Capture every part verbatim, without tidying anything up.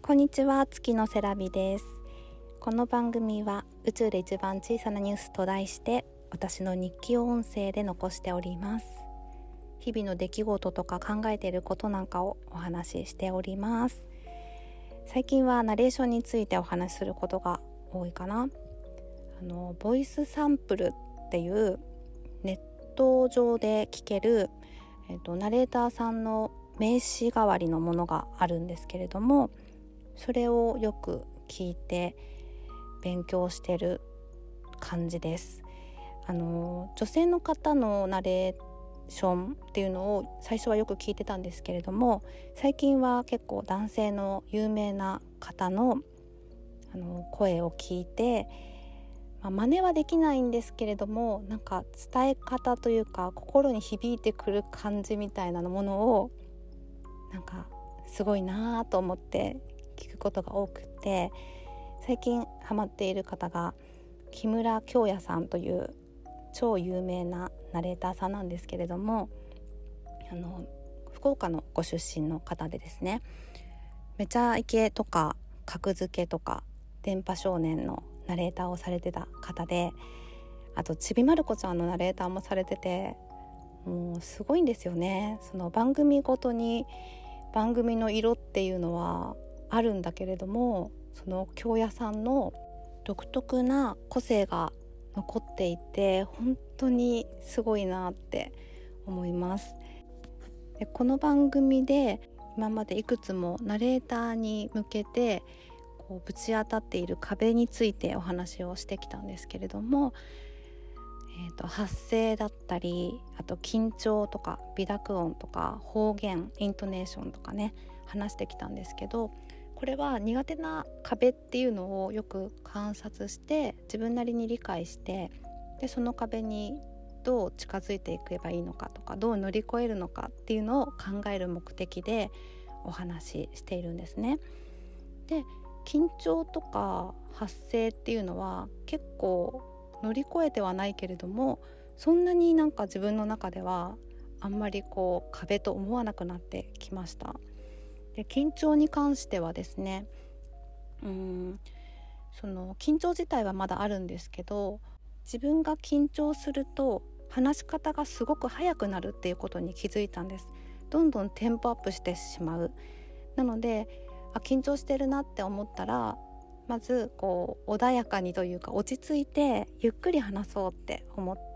こんにちは、月のセラビです。この番組は宇宙で一番小さなニュースと題して私の日記を音声で残しております。日々の出来事とか考えていることなんかをお話ししております。最近はナレーションについてお話しすることが多いかな。あのボイスサンプルっていうネット上で聞ける、えっと、ナレーターさんの名詞代わりのものがあるんですけれども、それをよく聞いて勉強してる感じです。あの女性の方のナレーションっていうのを最初はよく聞いてたんですけれども、最近は結構男性の有名な方の、あの声を聞いて、まあ、真似はできないんですけれども、なんか伝え方というか心に響いてくる感じみたいなものをなんかすごいなと思って聞くことが多くて、最近ハマっている方が木村京也さんという超有名なナレーターさんなんですけれども、あの福岡のご出身の方でですね、めちゃイケとか格付けとか電波少年のナレーターをされてた方で、あとちびまる子ちゃんのナレーターもされてて、もうすごいんですよね。その番組ごとに番組の色っていうのはあるんだけれども、その京也さんの独特な個性が残っていて本当にすごいなって思います。でこの番組で今までいくつもナレーターに向けてこうぶち当たっている壁についてお話をしてきたんですけれども、えーと、発声だったり、あと緊張とか微濁音とか方言、イントネーションとかね話してきたんですけど、これは苦手な壁っていうのをよく観察して自分なりに理解して、でその壁にどう近づいていけばいいのかとか、どう乗り越えるのかっていうのを考える目的でお話ししているんですね。で緊張とか発声っていうのは結構乗り越えてはないけれども、そんなになんか自分の中ではあんまりこう壁と思わなくなってきました。で緊張に関してはですね、うーんその緊張自体はまだあるんですけど、自分が緊張すると話し方がすごく速くなるっていうことに気づいたんです。どんどんテンポアップしてしまう。なのであ緊張してるなって思ったら、まずこう穏やかにというか落ち着いてゆっくり話そうって思って、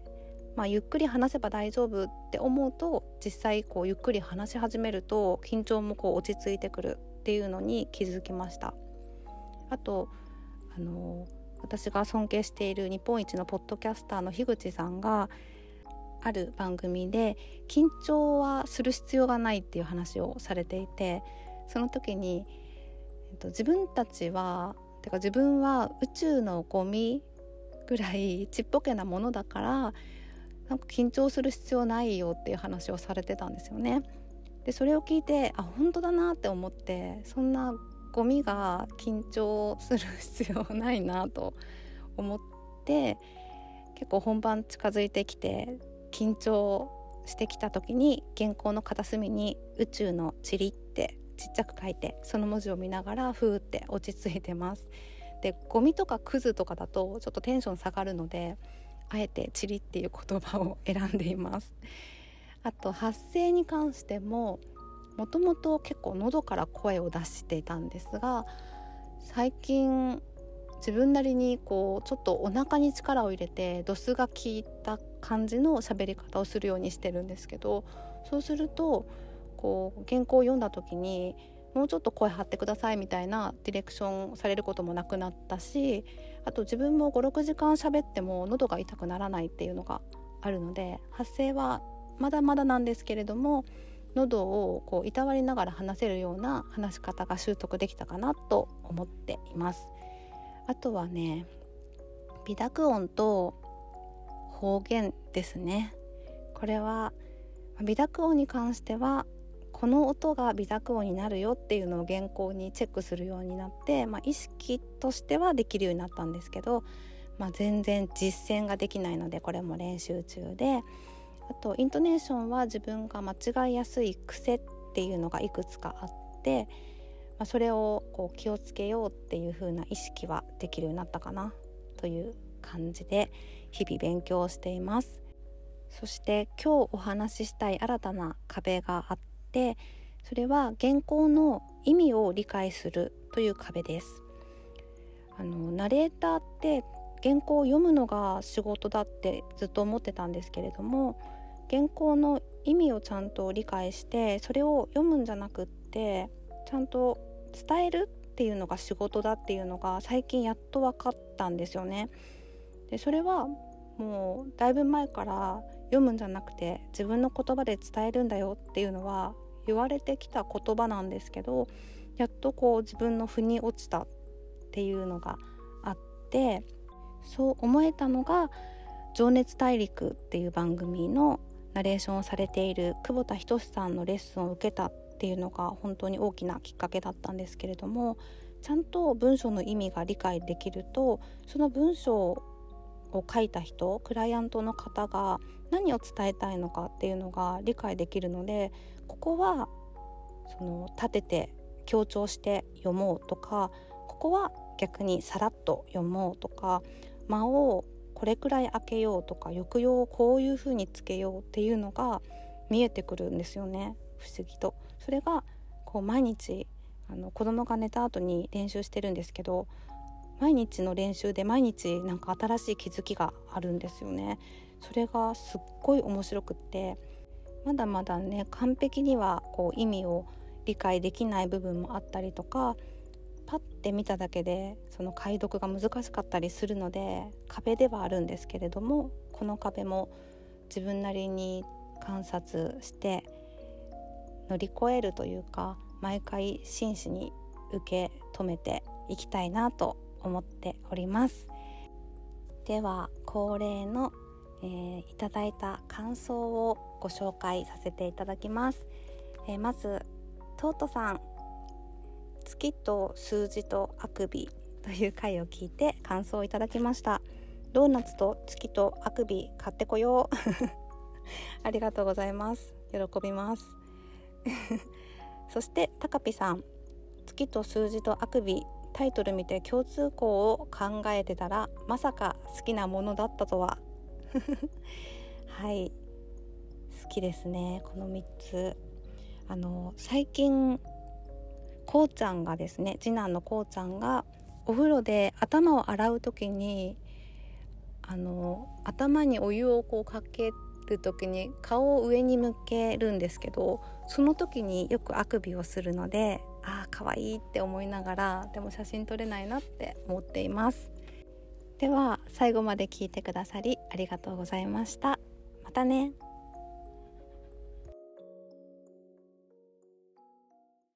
まあ、ゆっくり話せば大丈夫って思うと、実際こうゆっくり話し始めると緊張もこう落ち着いてくるっていうのに気づきました。あとあの私が尊敬している日本一のポッドキャスターの樋口さんがある番組で緊張はする必要がないっていう話をされていて、その時に、えっと、自分たちはてか自分は宇宙のゴミぐらいちっぽけなものだから、なんか緊張する必要ないよっていう話をされてたんですよね。でそれを聞いて、あ本当だなって思って、そんなゴミが緊張する必要ないなと思って、結構本番近づいてきて緊張してきた時に原稿の片隅に宇宙のチリってちっちゃく書いて、その文字を見ながらふーって落ち着いてます。でゴミとかクズとかだとちょっとテンション下がるので、あえてチリっていう言葉を選んでいます。あと発声に関しても、もともと結構喉から声を出していたんですが、最近自分なりにこうちょっとお腹に力を入れてドスが効いた感じの喋り方をするようにしてるんですけど、そうするとこう原稿を読んだ時にもうちょっと声張ってくださいみたいなディレクションされることもなくなったし、あと自分もごろくじかん喋っても喉が痛くならないっていうのがあるので、発声はまだまだなんですけれども、喉をこういたわりながら話せるような話し方が習得できたかなと思っています。あとはね、微濁音と方言ですね。これは微濁音に関してはこの音が微濁音になるよっていうのを原稿にチェックするようになって、まあ、意識としてはできるようになったんですけど、まあ、全然実践ができないのでこれも練習中で、あとイントネーションは自分が間違いやすい癖っていうのがいくつかあって、 あ、それをこう気をつけようっていう風な意識はできるようになったかなという感じで日々勉強しています。そして今日お話ししたい新たな壁があって、それは原稿の意味を理解するという壁です。あのナレーターって原稿を読むのが仕事だってずっと思ってたんですけれども、原稿の意味をちゃんと理解してそれを読むんじゃなくってちゃんと伝えるっていうのが仕事だっていうのが最近やっと分かったんですよね。でそれはもうだいぶ前から読むんじゃなくて自分の言葉で伝えるんだよっていうのは言われてきた言葉なんですけど、やっとこう自分の腑に落ちたっていうのがあって、そう思えたのが情熱大陸っていう番組のナレーションをされている久保田仁さんのレッスンを受けたっていうのが本当に大きなきっかけだったんですけれども、ちゃんと文章の意味が理解できると、その文章を書いた人、クライアントの方が何を伝えたいのかっていうのが理解できるので、ここはその立てて強調して読もうとか、ここは逆にさらっと読もうとか、間をこれくらい開けようとか、抑揚をこういう風につけようっていうのが見えてくるんですよね、不思議と。それがこう毎日あの子供が寝た後に練習してるんですけど、毎日の練習で毎日なんか新しい気づきがあるんですよね。それがすっごい面白くって、まだまだね完璧にはこう意味を理解できない部分もあったりとか、パッて見ただけでその解読が難しかったりするので壁ではあるんですけれども、この壁も自分なりに観察して乗り越えるというか、毎回真摯に受け止めていきたいなと思っております。では恒例の、えー、いただいた感想をご紹介させていただきます。えー、まずトートさん、月と数字とあくびという回を聞いて感想をいただきました。ドーナツと月とあくび買ってこようありがとうございます。喜びますそしてたかぴさん、月と数字とあくび、タイトル見て共通項を考えてたらまさか好きなものだったとははい、好きですね、このみっつ。あの最近こうちゃんがですね、次男のこうちゃんがお風呂で頭を洗う時にあの頭にお湯をこうかける時に顔を上に向けるんですけど、その時によくあくびをするので、あーかわいいって思いながら、でも写真撮れないなって思っています。では最後まで聞いてくださりありがとうございました。またね。